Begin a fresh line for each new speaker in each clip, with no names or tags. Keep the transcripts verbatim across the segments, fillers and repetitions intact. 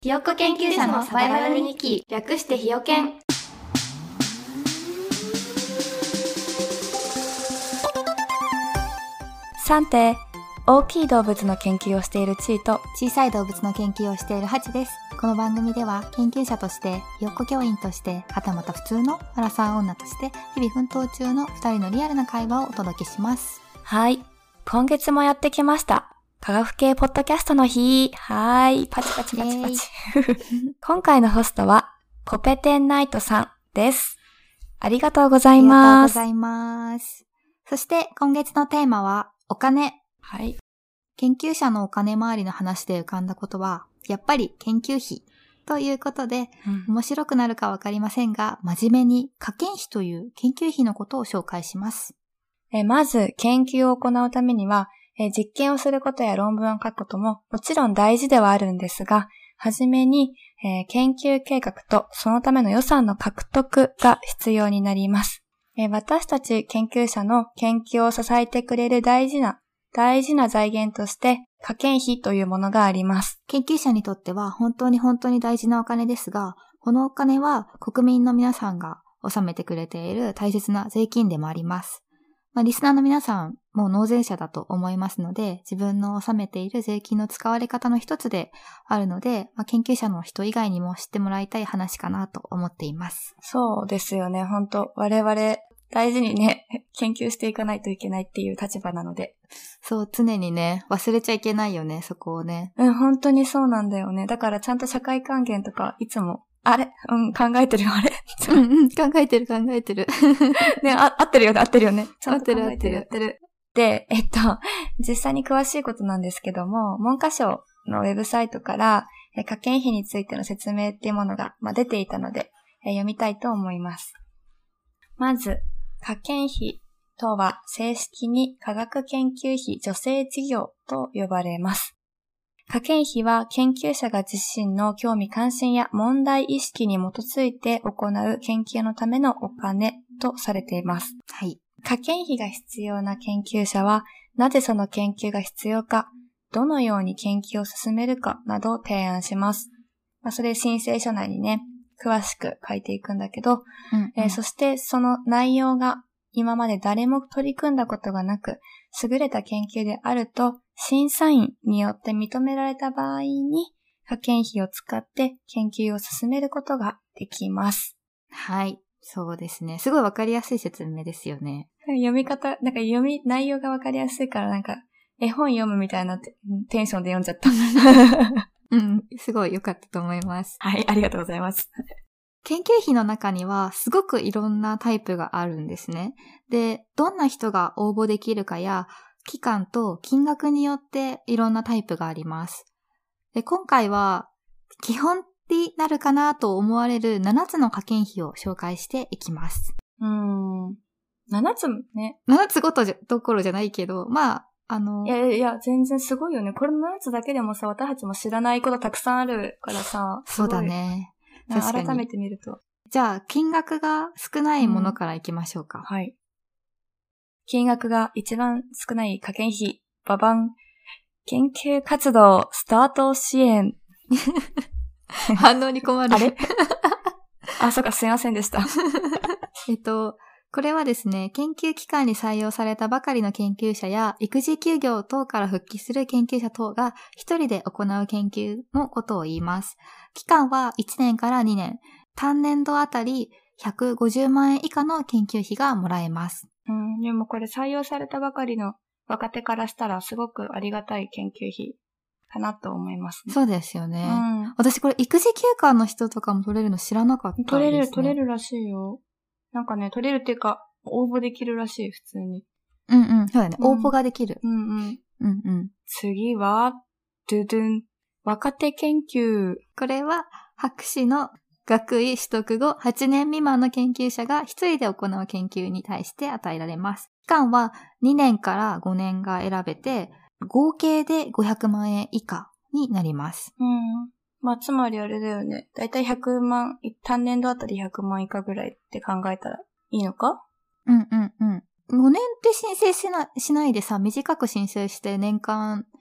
ひよっこ研究者のサバイバル日記、略してひよけん。
さんて、大きい動物の研究をしているチーと
小さい動物の研究をしているハチです。この番組では研究者として、ひよっこ教員として、はたまた普通のアラサー女として日々奮闘中のふたりのリアルな会話をお届けします。
はい、今月もやってきました科学系ポッドキャストの日。はーい、パチパチパチパチ今回のホストはコペテンナイトさんです。ありがとうございます。
ありがとうございます。そして今月のテーマはお金。
はい。
研究者のお金回りの話で浮かんだことは、やっぱり研究費ということで、うん、面白くなるかわかりませんが、真面目に科研費という研究費のことを紹介します。
えまず、研究を行うためには、え実験をすることや論文を書くことももちろん大事ではあるんですが、はじめに、えー、研究計画とそのための予算の獲得が必要になります。えー、私たち研究者の研究を支えてくれる大事な大事な財源として科研費というものがあります。
研究者にとっては本当に本当に大事なお金ですが、このお金は国民の皆さんが納めてくれている大切な税金でもあります。まあ、リスナーの皆さんも納税者だと思いますので、自分の納めている税金の使われ方の一つであるので、まあ、研究者の人以外にも知ってもらいたい話かなと思っています。
そうですよね。本当我々大事にね、研究していかないといけないっていう立場なので。
そう、常にね、忘れちゃいけないよね、そこをね。
うん、本当にそうなんだよね。だからちゃんと社会還元とか、いつも、あれうん、考えてるよ、あれ
うんうん、考えてる、考えてる。
ね、あ、合ってるよね、合ってるよね。
ちゃんと考えてる、合ってる。
で、えっと、実際に詳しいことなんですけども、文科省のウェブサイトから、科研費についての説明っていうものが、まあ、出ていたので、読みたいと思います。まず、科研費とは正式に科学研究費助成事業と呼ばれます。科研費は研究者が自身の興味関心や問題意識に基づいて行う研究のためのお金とされています。
はい。
科研費が必要な研究者は、なぜその研究が必要か、どのように研究を進めるかなどを提案します。まあ、それ申請書内にね、詳しく書いていくんだけど、うんうんえー、そしてその内容が今まで誰も取り組んだことがなく、優れた研究であると、審査員によって認められた場合に、科研費を使って研究を進めることができます。
はい。そうですね。すごいわかりやすい説明ですよね。
読み方、なんか読み、内容がわかりやすいからなんか、絵本読むみたいなテンションで読んじゃった。
うん、すごい良かったと思います。
はい、ありがとうございます。
研究費の中にはすごくいろんなタイプがあるんですね。で、どんな人が応募できるかや、期間と金額によっていろんなタイプがあります。で、今回は基本になるかなと思われるななつの科研費を紹介していきます。
うーん。ななつね。
ななつごとじゃどころじゃないけど、まあ、あの。
いやいや、全然すごいよね。これのななつだけでもさ、私たちも知らないことたくさんあるからさ。
そうだね。
確かに改めて見ると。
じゃあ、金額が少ないものからいきましょうか。
うん、はい。金額が一番少ない科研費、ババン。研究活動スタート支援。
反応に困る。
あれあ、そうか、すいませんでした。
えっと、これはですね、研究機関に採用されたばかりの研究者や育児休業等から復帰する研究者等が一人で行う研究のことを言います。期間はいちねんからにねん。単年度あたりひゃくごじゅうまんえん以下の研究費がもらえます。
うん、でもこれ採用されたばかりの若手からしたらすごくありがたい研究費かなと思いますね。
そうですよね。
うん、
私これ育児休暇の人とかも取れるの知らなかったですね。
取れる、取れるらしいよ。なんかね、取れるっていうか、応募できるらしい、普通に。
うんうん。そうだね。うん、応募ができる。
うんうん。
うんうん。
次は、ドゥドゥン。若手研究。
これは、博士の学位取得後はちねん未満の研究者が一人で行う研究に対して与えられます。期間はにねんからごねんが選べて、合計でごひゃくまんえん以下になります。
うん。まあ、つまりあれだよね。だいたいひゃくまん、単年度あたりひゃくまん以下ぐらいって考えたらいいのか？
うんうんうん。ごねんって申請しな、しないでさ、短く申請して年間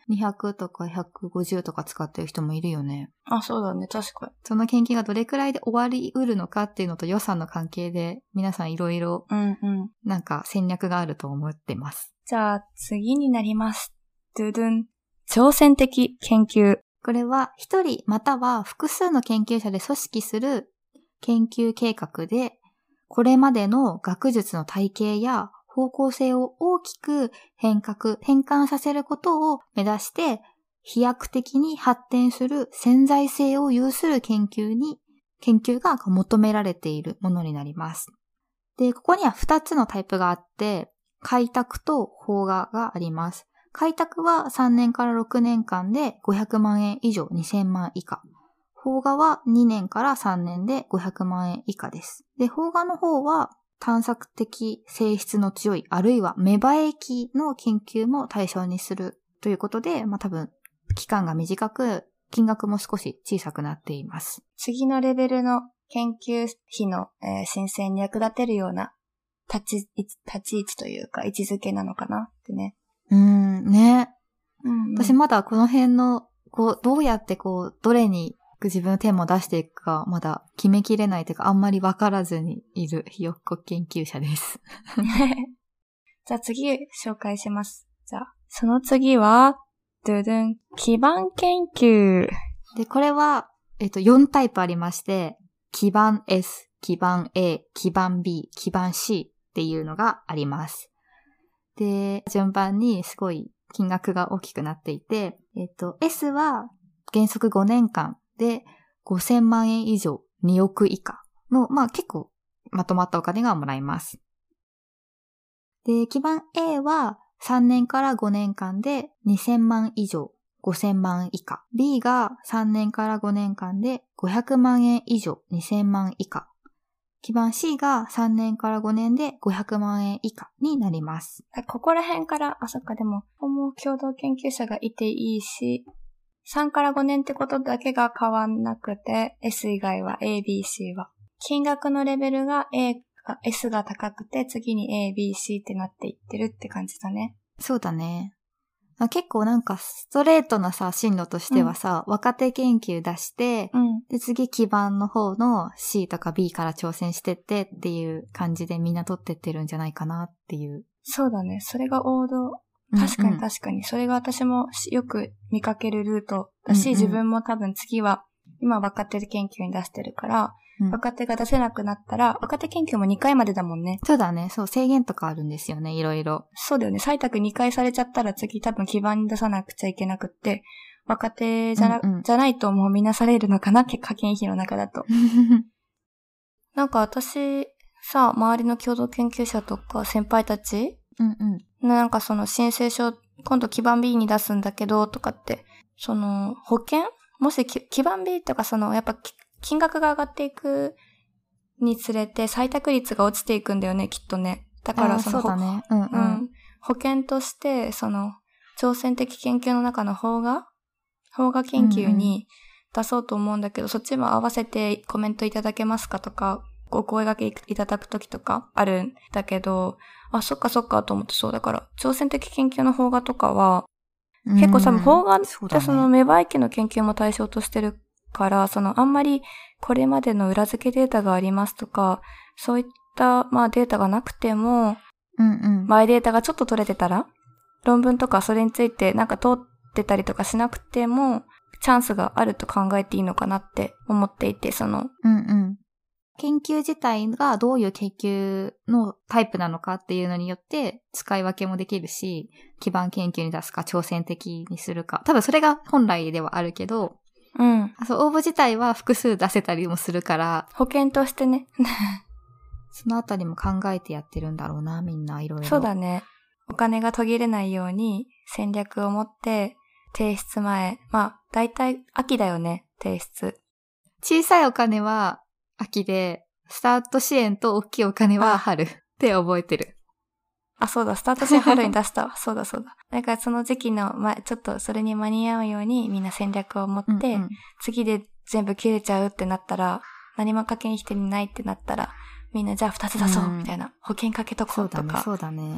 にひゃくとかひゃくごじゅうとか使ってる人もいるよね。
あ、そうだね。確かに。
その研究がどれくらいで終わりうるのかっていうのと予算の関係で皆さんいろいろ
うんうん。
なんか戦略があると思ってます。
じゃあ次になります。ドゥドゥン。挑戦的研究。
これは一人または複数の研究者で組織する研究計画で、これまでの学術の体系や方向性を大きく変革、変換させることを目指して、飛躍的に発展する潜在性を有する研究に、研究が求められているものになります。で、ここにはふたつのタイプがあって、開拓と邦画があります。開拓はさんねんからろくねんかんでごひゃくまんえん以上にせんまん以下。邦画はにねんからさんねんでごひゃくまんえん以下です。で、邦画の方は探索的性質の強い、あるいは芽生え期の研究も対象にするということで、まあ多分期間が短く、金額も少し小さくなっています。
次のレベルの研究費の、えー、申請に役立てるような立ち、立ち位置というか位置づけなのかなってね。
うーん、ね。
うんうん、
私まだこの辺の、こう、どうやってこう、どれに自分のテーマを出していくか、まだ決めきれないというか、あんまりわからずにいるひよっこ研究者です。
じゃあ次紹介します。じゃあ、その次は、ドゥドゥン、基盤研究。
で、これは、えっと、よんタイプありまして、基盤 S、基盤 A、基盤 B、基盤 C っていうのがあります。で、順番にすごい金額が大きくなっていて、えっと、S は原則ごねんかんでごせんまんえん以上におく以下の、まあ結構まとまったお金がもらえます。で、基盤 A はさんねんからごねんかんでにせんまん以上ごせんまん以下。B がさんねんからごねんかんでごひゃくまんえん以上にせんまん以下。基盤 C がさんねんからごねんでごひゃくまんえん以下になります。
ここら辺から、あ、そっか、でも、ここも共同研究者がいていいし、さんからごねんってことだけが変わんなくて、S 以外は A、B、C は。金額のレベルが A が、S が高くて、次に A、B、C ってなっていってるって感じだね。
そうだね。結構なんかストレートなさ、進路としてはさ、うん、若手研究出して、うん、で次基盤の方の C とか B から挑戦してってっていう感じでみんな取ってってるんじゃないかなっていう。
そうだね。それが王道。確かに確かに。それが私もよく見かけるルートだし、うんうん、自分も多分次は、今若手研究に出してるから、うん、若手が出せなくなったら、若手研究もにかいまでだもんね。
そうだね。そう、制限とかあるんですよね、いろいろ。
そうだよね。採択にかいされちゃったら次多分基盤に出さなくちゃいけなくって、若手じゃな、うんうん、じゃないともう見なされるのかな、科研費の中だと。なんか私、さ、周りの共同研究者とか先輩たち、
うんうん、
なんかその申請書、今度基盤 B に出すんだけど、とかって、その保険もし基盤 B とかその、やっぱ金額が上がっていくにつれて採択率が落ちていくんだよね、きっとね。だからその、
そうだね。うんうんうん、
保険として、その、挑戦的研究の中の邦画邦画研究に出そうと思うんだけど、うんうん、そっちも合わせてコメントいただけますかとか、お声掛けいただくときとかあるんだけど、あ、そっかそっかと思ってそうだから、挑戦的研究の邦画とかは、結構多分邦画ってその芽生え期の研究も対象としてるから、そのあんまりこれまでの裏付けデータがありますとか、そういったまあデータがなくても、
うんうん、
前データがちょっと取れてたら、論文とかそれについてなんか通ってたりとかしなくても、チャンスがあると考えていいのかなって思っていて、その、
うんうん、研究自体がどういう研究のタイプなのかっていうのによって使い分けもできるし、基盤研究に出すか挑戦的にするか、多分それが本来ではあるけど、
うん。
そう、応募自体は複数出せたりもするから。
保険としてね。
そのあたりも考えてやってるんだろうな、みんないろいろ。
そうだね。お金が途切れないように戦略を持って提出前。まあ、だいたい秋だよね、提出。
小さいお金は秋で、スタート支援と大きいお金は春って覚えてる。
あ、そうだ、スタート支援春に出したわ。そうだそうだ。だからその時期の、ま、ちょっとそれに間に合うようにみんな戦略を持って、うんうん、次で全部切れちゃうってなったら、何も科研費にないってなったら、みんなじゃあ二つ出そうみたいな、うん、保険かけとこうとか。
そうだね、そうだね。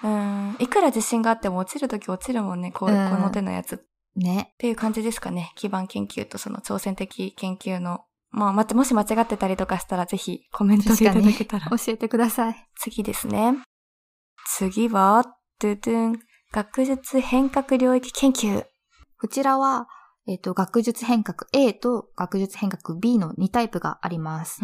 うん。いくら自信があっても落ちるとき落ちるもんね。こう、
うん
この手のやつ。
ね。
っていう感じですかね。基盤研究とその挑戦的研究の。まあ、待って、もし間違ってたりとかしたらぜひコメントでいただけたら。
教えてください。
次ですね。次は、ドゥドゥン、学術変革領域研究。
こちらは、えっと、学術変革 A と学術変革 B のにタイプがあります。
うん。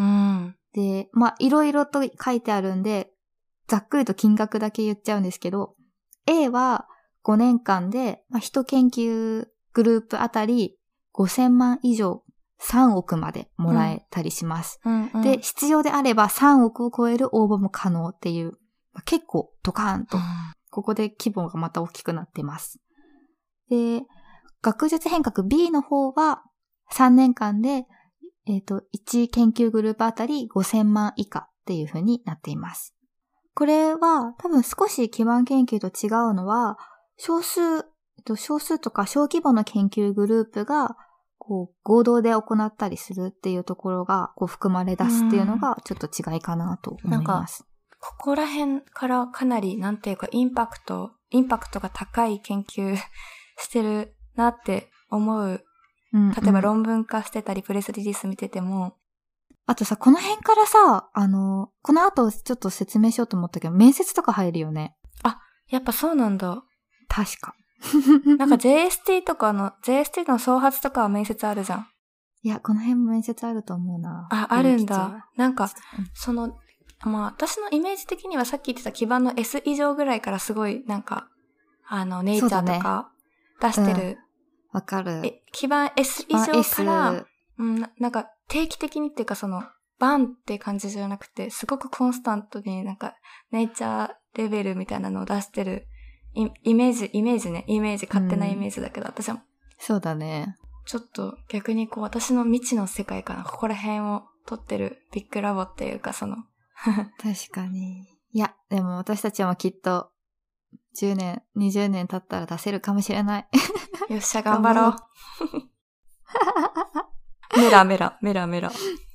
で、まあ、いろいろと書いてあるんで、ざっくりと金額だけ言っちゃうんですけど、A はごねんかんで、まあ、いち研究グループあたりごせんまん以上さんおくまでもらえたりします。
うんうん、
で、必要であればさんおくを超える応募も可能っていう、まあ、結構ドカーンと、うん、ここで規模がまた大きくなってます。で、学術変革 B の方はさんねんかんで、えっと、いち研究グループあたりごせんまん以下っていう風になっています。これは多分少し基盤研究と違うのは、少数、えっと、少数とか小規模の研究グループがこう合同で行ったりするっていうところがこう含まれ出すっていうのがちょっと違いかなと思います。
ここら辺からかなりなんていうかインパクト、インパクトが高い研究してるなって思う。
うんうん、
例えば論文化してたりプレスリリース見てても。
あとさ、この辺からさ、あの、この後ちょっと説明しようと思ったけど、面接とか入るよね。
あ、やっぱそうなんだ。
確か。
なんか ジェイエスティー とかの、ジェイエスティー の創発とかは面接あるじゃん。
いや、この辺も面接あると思うな。
あ、あるんだ。なんか、その、まあ私のイメージ的にはさっき言ってた基盤の S 以上ぐらいからすごいなんか、あの、ネイチャーとか出してる。
わ、うん、かる。
え、基盤 S 以上から、うん、なんか定期的にっていうかその、バンって感じじゃなくて、すごくコンスタントになんか、ネイチャーレベルみたいなのを出してるイ、イメージ、イメージね、イメージ、勝手なイメージだけど、うん、私は。
そうだね。
ちょっと逆にこう、私の未知の世界かな、ここら辺を取ってるビッグラボっていうか、その。
確かに。いや、でも私たちはきっと、じゅうねん、にじゅうねん経ったら出せるかもしれない。
よっしゃ、頑張ろう。メラメラ、メラメラ。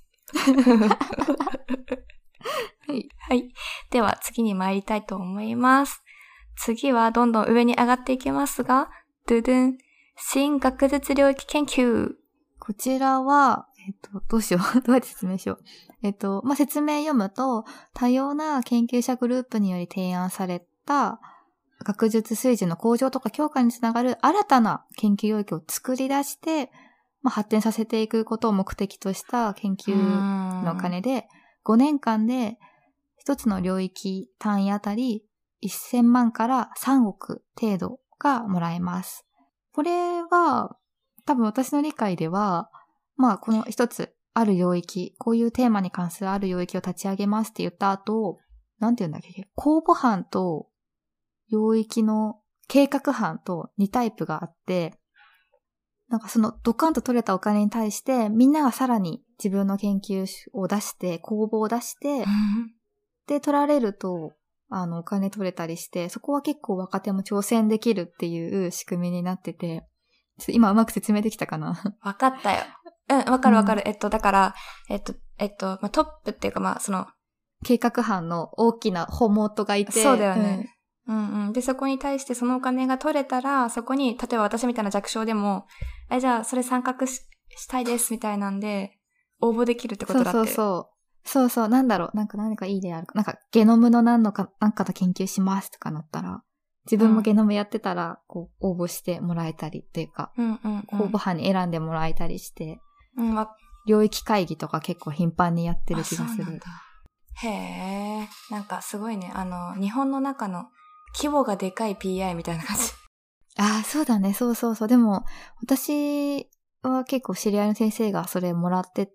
はい。はい。では次に参りたいと思います。次はどんどん上に上がっていきますが、ドゥドゥン、新学術領域研究。
こちらは、えっと、どうしよう。どうやって説明しよう。えっと、まあ、説明読むと、多様な研究者グループにより提案された学術水準の向上とか強化につながる新たな研究領域を作り出して、まあ、発展させていくことを目的とした研究の金で、ごねんかんで一つの領域単位あたりせんまんからさんおく程度がもらえます。これは、多分私の理解では、まあこの一つある領域、こういうテーマに関するある領域を立ち上げますって言った後、なんて言うんだっけ、公募班と領域の計画班とにタイプがあって、なんかそのドカンと取れたお金に対してみんながさらに自分の研究を出して、公募を出して、うん、で取られるとあのお金取れたりして、そこは結構若手も挑戦できるっていう仕組みになってて、ちょっと今うまく説明できたかな？
わかったよ。うん、わかるわかる。うん、えっと、だから、えっと、えっと、まあ、トップっていうかまあ、その、
計画班の大きな本元がいて、
そうだよね。うんうんうん。で、そこに対してそのお金が取れたら、そこに、例えば私みたいな弱小でも、え、じゃあそれ参画 し, したいですみたいなんで、応募できるってことだって。
そうそうそう。そうそう、なんだろう。なんか何かいい例あるか。なんかゲノムの何のか、なんかと研究しますとかなったら、自分もゲノムやってたら、こう、応募してもらえたりっていうか、
うんうんうん、
公募班に選んでもらえたりして、
うん、わ
領域会議とか結構頻繁にやってる気がする。
へえ、なんかすごいね。あの、日本の中の規模がでかい ピーアイ みたいな感じ。
ああ、そうだね。そうそうそう。でも、私は結構知り合いの先生がそれもらってって、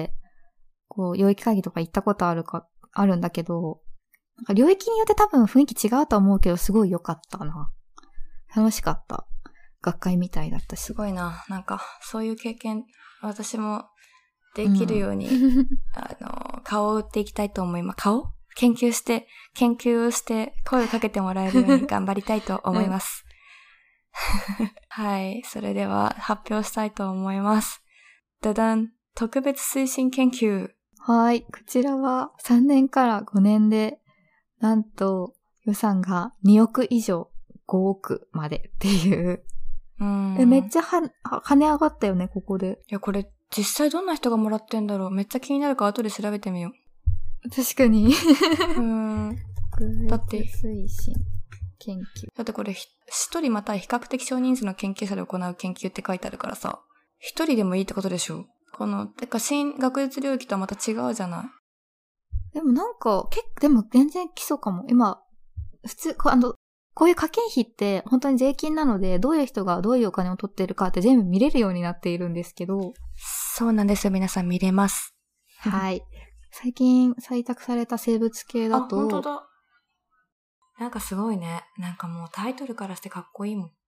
こう、領域会議とか行ったことあるか、あるんだけど、なんか領域によって多分雰囲気違うと思うけど、すごい良かったな。楽しかった。学会みたいだったし。
すごいな。なんか、そういう経験、私もできるように、うん、あの、顔を打っていきたいと思います。顔研究して、研究をして声をかけてもらえるように頑張りたいと思います。うん、はい。それでは発表したいと思います。ダダン、特別推進研究。
はい。こちらはさんねんからごねんで、なんと予算がにおく以上ごおくまでっていう。
うん。
え、めっちゃは、跳ね上がったよね、ここで。
いや、これ、実際どんな人がもらってんだろう。めっちゃ気になるから後で調べてみよ
う。確かに。
うん。
だって、推進研究。
だってこれ、一人または比較的少人数の研究者で行う研究って書いてあるからさ、一人でもいいってことでしょ。この、てか新学術領域とはまた違うじゃない。
でもなんか、結構、でも全然基礎かも。今、普通、こあの、こういう科研費って本当に税金なので、どういう人がどういうお金を取っているかって全部見れるようになっているんですけど。
そうなんですよ、皆さん見れます。
はい。最近採択された生物系だと。
あ、本当だ。なんかすごいね。なんかもうタイトルからしてかっこいいもん。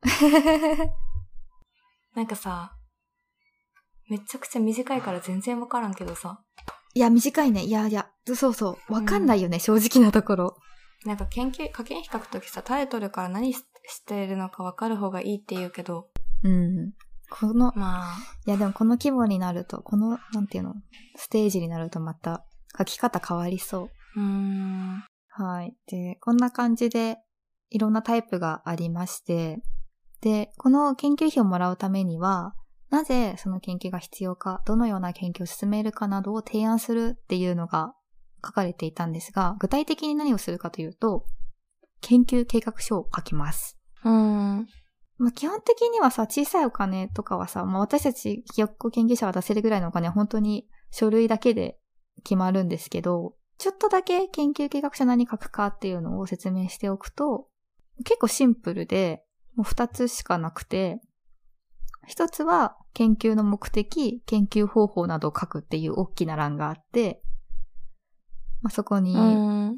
なんかさ、めちゃくちゃ短いから全然わからんけどさ。
いや、短いね。いやいや、そうそう。わかんないよね、うん、正直なところ。
なんか研究、科研費書くときさ、タイトルから何しているのかわかる方がいいって言うけど。
うん。この、
まあ。
いやでもこの規模になると、この、なんていうの、ステージになるとまた書き方変わりそう。
うーん。
はい。で、こんな感じでいろんなタイプがありまして、で、この研究費をもらうためには、なぜその研究が必要か、どのような研究を進めるかなどを提案するっていうのが書かれていたんですが、具体的に何をするかというと、研究計画書を書きます。
うーん。
まあ、基本的にはさ、小さいお金とかはさ、まあ、私たちひよっこ研究者は出せるぐらいのお金は本当に書類だけで決まるんですけど、ちょっとだけ研究計画書何書くかっていうのを説明しておくと、結構シンプルで、もう二つしかなくて、一つは研究の目的、研究方法などを書くっていう大きな欄があって、まあ、そこに。
うん。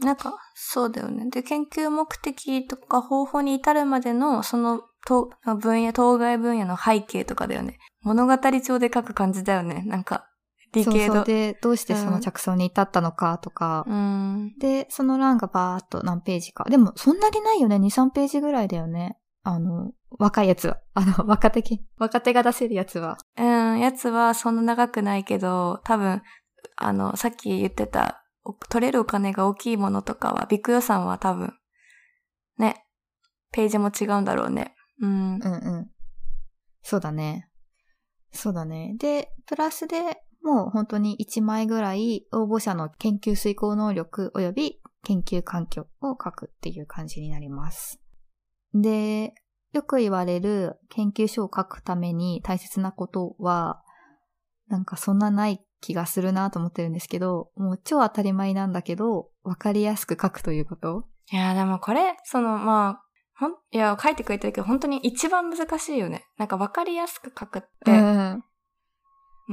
なんか、そうだよね。で、研究目的とか方法に至るまでの、その、と分野、当該分野の背景とかだよね。物語帳で書く感じだよね。なんか、理系
そうそうで、どうしてその着想に至ったのかとか。
うん、
で、その欄がバーっと何ページか。でも、そんなにないよね。に、さんページぐらいだよね。あの、若いやつは。あの、若手系、若手が出せるやつは。
うん、やつはそんな長くないけど、多分、あの、さっき言ってた、取れるお金が大きいものとかは、ビッグ予算は多分、ね、ページも違うんだろうね。うん。
うんうん。そうだね。そうだね。で、プラスでもう本当にいちまいぐらい応募者の研究遂行能力及び研究環境を書くっていう感じになります。で、よく言われる研究書を書くために大切なことは、なんかそんなない気がするなと思ってるんですけど、もう超当たり前なんだけど、わかりやすく書くということ。
いや、でもこれ、その、まあ、ほん、いや、書いてくれてるけど、本当に一番難しいよね。なんかわかりやすく書くって。
うん。
うん。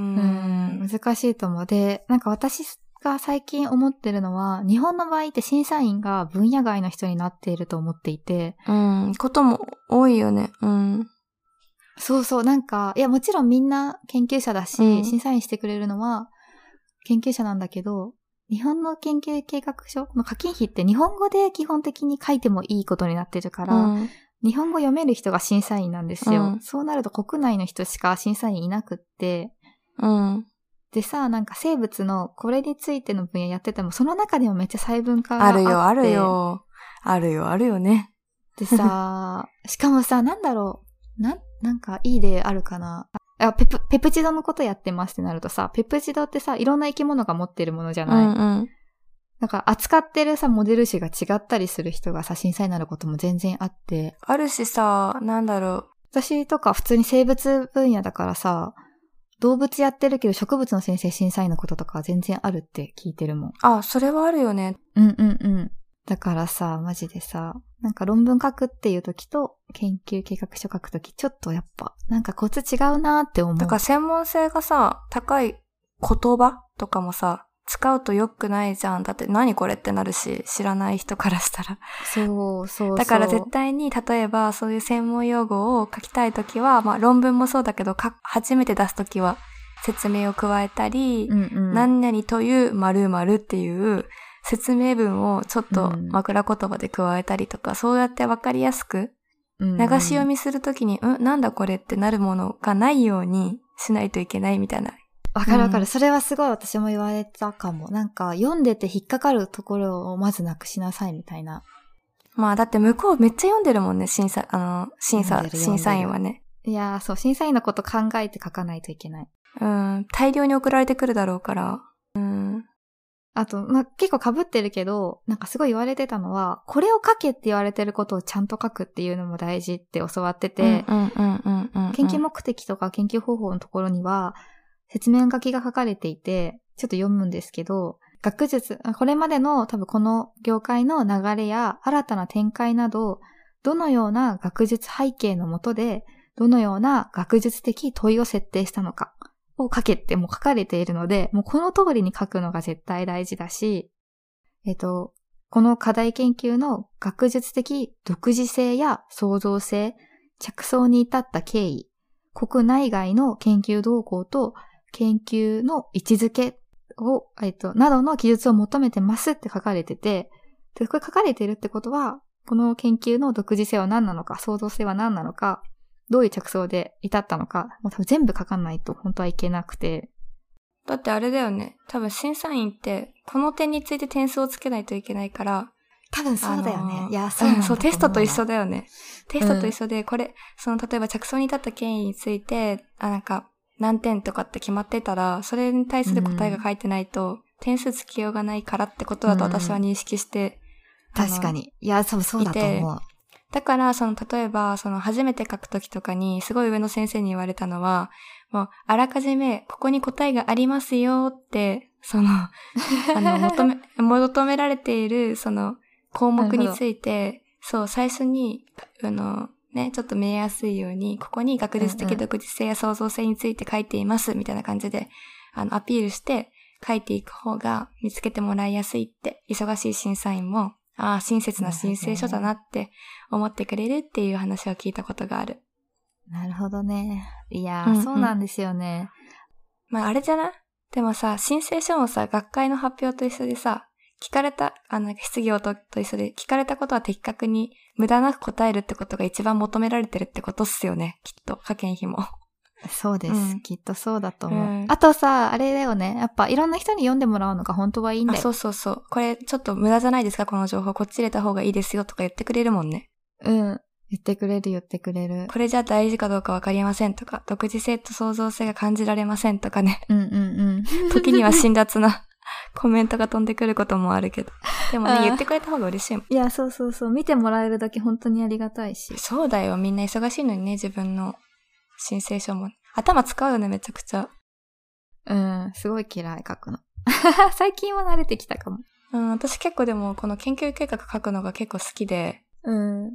うん、難しいと思う。で、なんか私が最近思ってるのは、日本の場合って審査員が分野外の人になっていると思っていて。
うん、ことも多いよね。うん。
そうそう、なんか、いや、もちろんみんな研究者だし、うん、審査員してくれるのは研究者なんだけど、日本の研究計画書、この課金費って日本語で基本的に書いてもいいことになってるから、うん、日本語読める人が審査員なんですよ、うん。そうなると国内の人しか審査員いなくって、
うん、
でさ、なんか生物のこれについての分野やってても、その中でもめっちゃ細分化があって。
あるよ、あるよ。あるよ、あるよね。
でさ、しかもさ、なんだろう。な、なんかいい例あるかな。あ、ペプ、ペプチドのことやってますってなるとさ、ペプチドってさ、いろんな生き物が持ってるものじゃない。
うんうん。
なんか扱ってるさ、モデル種が違ったりする人がさ、審査員になることも全然あって。
あるしさ、なんだろう。
私とか普通に生物分野だからさ、動物やってるけど植物の先生審査員のこととか全然あるって聞いてるもん。
あ、それはあるよね。
うんうんうん。だからさ、マジでさ、なんか論文書くっていう時と研究計画書書く時ちょっとやっぱなんかコツ違うなーって思う。
だから専門性がさ、高い言葉とかもさ、使うと良くないじゃん。だって何これってなるし、知らない人からしたら。
そうそうそう。
だから絶対に例えばそういう専門用語を書きたい時は、まあ論文もそうだけど、か初めて出す時は説明を加えたり、
うんうん、
何々という〇〇っていう説明文をちょっと枕言葉で加えたりとか、うん、そうやってわかりやすく流し読みするときに、うん、うん、なんだこれってなるものがないようにしないといけないみたいな。
わかるわかる、うん。それはすごい私も言われたかも。なんか読んでて引っかかるところをまずなくしなさいみたいな。
まあだって向こうめっちゃ読んでるもんね、審査、あの、審査、
読んでる
審査員はね。
いやー、そう、審査員のこと考えて書かないといけない。
うん、大量に送られてくるだろうから。うん。
あと、まあ、結構被ってるけど、なんかすごい言われてたのは、これを書けって言われてることをちゃんと書くっていうのも大事って教わってて、研究目的とか研究方法のところには、説明書きが書かれていて、ちょっと読むんですけど、学術、これまでの多分この業界の流れや新たな展開など、どのような学術背景のもとで、どのような学術的問いを設定したのかを書けってもう書かれているので、もうこの通りに書くのが絶対大事だし、えっと、この課題研究の学術的独自性や創造性、着想に至った経緯、国内外の研究動向と研究の位置づけを、えっと、などの記述を求めてますって書かれてて、で、これ書かれてるってことは、この研究の独自性は何なのか、創造性は何なのか、どういう着想で至ったのか、もう多分全部書かないと本当はいけなくて。
だってあれだよね。多分審査員って、この点について点数をつけないといけないから、
多分そうだよね。あのー、いや、
そうなんだと思う。そう、テストと一緒だよね。テストと一緒で、これ、その、例えば着想に至った経緯について、あ、なんか、何点とかって決まってたら、それに対する答えが書いてないと、うん、点数つけようがないからってことだと私は認識して、
うん、確かに。いや、そう、そうだと思う。
だから、その、例えば、その、初めて書くときとかに、すごい上の先生に言われたのは、もう、あらかじめ、ここに答えがありますよって、その、あの、求め、求められている、その、項目について、そう、最初に、あの、ね、ちょっと見えやすいように、ここに学術的独自性や創造性について書いています、みたいな感じで、あの、アピールして書いていく方が見つけてもらいやすいって、忙しい審査員も、ああ、親切な申請書だなって思ってくれるっていう話を聞いたことがある。
なるほどね。いやー、うんうん、そうなんですよね。
まあ、あれじゃない？でもさ、申請書もさ、学会の発表と一緒でさ、聞かれた、あの、質疑応答と一緒で、聞かれたことは的確に無駄なく答えるってことが一番求められてるってことっすよね、きっと、科研費も。
そうです、うん。きっとそうだと思う、
うん。
あとさ、あれだよね。やっぱいろんな人に読んでもらうのが本当はいいんだよ。
あ、そうそうそう。これちょっと無駄じゃないですか、この情報。こっち入れた方がいいですよとか言ってくれるもんね。
うん。言ってくれる言ってくれる。
これじゃ大事かどうかわかりませんとか、独自性と創造性が感じられませんとかね。
うんうんうん。
時には辛辣なコメントが飛んでくることもあるけど。でもね、言ってくれた方が嬉しいもん。
いや、そうそうそう。見てもらえるだけ本当にありがたいし。
そうだよ。みんな忙しいのにね、自分の申請書も。頭使うよね、めちゃくちゃ。
うん、すごい嫌い書くの。最近は慣れてきたかも。
うん、私結構でもこの研究計画書くのが結構好きで。
うん。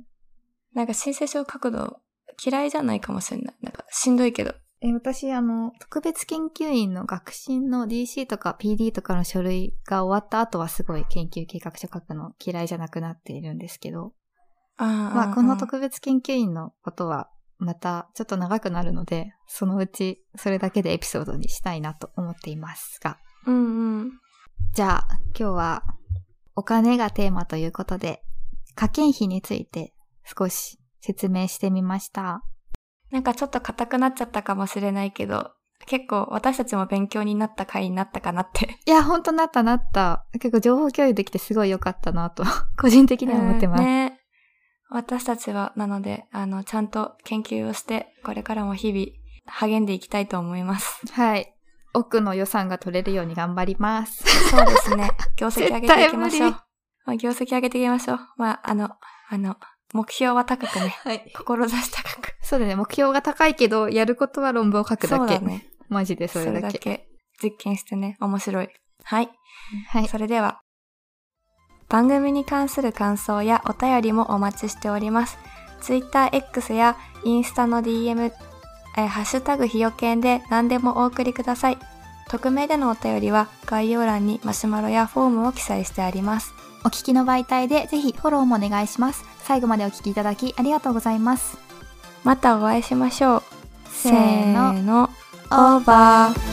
なんか申請書を書くの嫌いじゃないかもしれない。なんかしんどいけど。
え、私あの、特別研究員の学進の ディーシー とか ピーディー とかの書類が終わった後はすごい研究計画書書くの嫌いじゃなくなっているんですけど。
あ
まあ、この特別研究員のことは、またちょっと長くなるので、そのうちそれだけでエピソードにしたいなと思っていますが。
うんうん。
じゃあ今日はお金がテーマということで、科研費について少し説明してみました。
なんかちょっと硬くなっちゃったかもしれないけど、結構私たちも勉強になった回になったかなって。
いや、ほんとなったなった。結構情報共有できてすごい良かったなと、個人的には思ってます。
うんね。私たちは、なので、あの、ちゃんと研究をして、これからも日々、励んでいきたいと思います。
はい。奥の予算が取れるように頑張ります。
そうですね。業績上げていきましょう。まあ、業績上げていきましょう。まあ、あの、あの、目標は高くね。
はい。
志高く。
そうだね。目標が高いけど、やることは論文を書くだけ。
そうだね。
マジでそれだけ。
それだけ実験してね、面白い。はい。
はい。
それでは、番組に関する感想やお便りもお待ちしております。Twitter X やインスタの ディーエム、えハッシュタグひよけんで何でもお送りください。匿名でのお便りは概要欄にマシュマロやフォームを記載してあります。
お聞きの媒体でぜひフォローもお願いします。最後までお聞きいただきありがとうございます。
またお会いしましょう。
せーの、
オーバー。